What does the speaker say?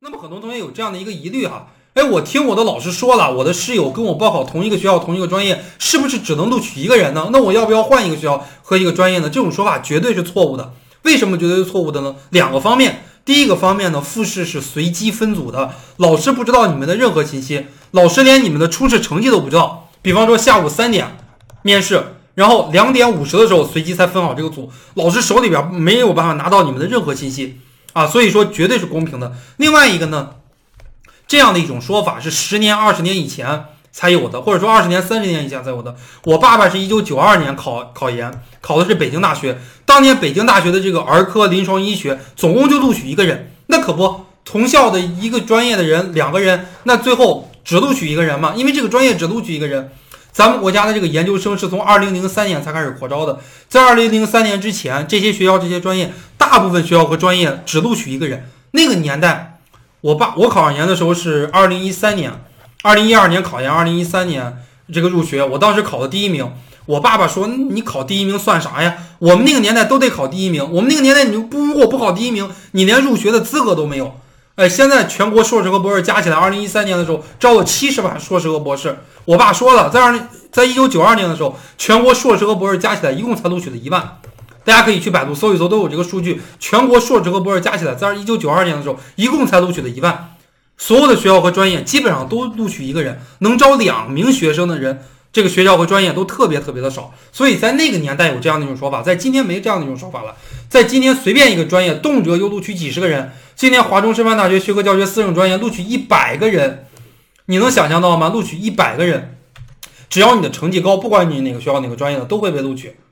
那么很多同学有这样的一个疑虑哈，我听我的老师说了，我的室友跟我报考同一个学校同一个专业，是不是只能录取一个人呢？那我要不要换一个学校和一个专业呢？这种说法绝对是错误的。为什么绝对是错误的呢？两个方面。第一个方面呢，复试是随机分组的，老师不知道你们的任何信息，老师连你们的初试成绩都不知道。比方说下午3点面试，然后2点50的时候随机才分好这个组，老师手里边没有办法拿到你们的任何信息啊，所以说绝对是公平的。另外一个呢，这样的一种说法是10年、20年以前才有的，或者说20年、30年以前才有的。我爸爸是1992年考研，考的是北京大学。当年北京大学的这个儿科临床医学总共就录取一个人，那可不，同校的一个专业的人2个人，那最后只录取一个人嘛，因为这个专业只录取一个人。咱们国家的这个研究生是从2003年才开始扩招的，在2003年之前，这些学校这些专业大部分学校和专业只录取一个人。那个年代我考上研的时候是2013年，2012年考研，2013年这个入学，我当时考的第1名。我爸爸说你考第1名算啥呀？我们那个年代都得考第1名，我们那个年代你如果不考第1名，你连入学的资格都没有。现在全国硕士和博士加起来，2013年的时候招了70万硕士和博士。我爸说了，在1992年的时候，全国硕士和博士加起来一共才录取了1万。大家可以去百度搜一搜，都有这个数据。全国硕士和博士加起来，在1992年的时候一共才录取了1万。所有的学校和专业基本上都录取一个人，能招2名学生的人，这个学校和专业都特别的少。所以在那个年代有这样的一种说法，在今天没这样的一种说法了。在今天随便一个专业动辄就录取几十个人，今年华中师范大学学科教学4种专业录取100个人，你能想象到吗？录取100个人，只要你的成绩高，不管你哪个学校哪个专业的都会被录取。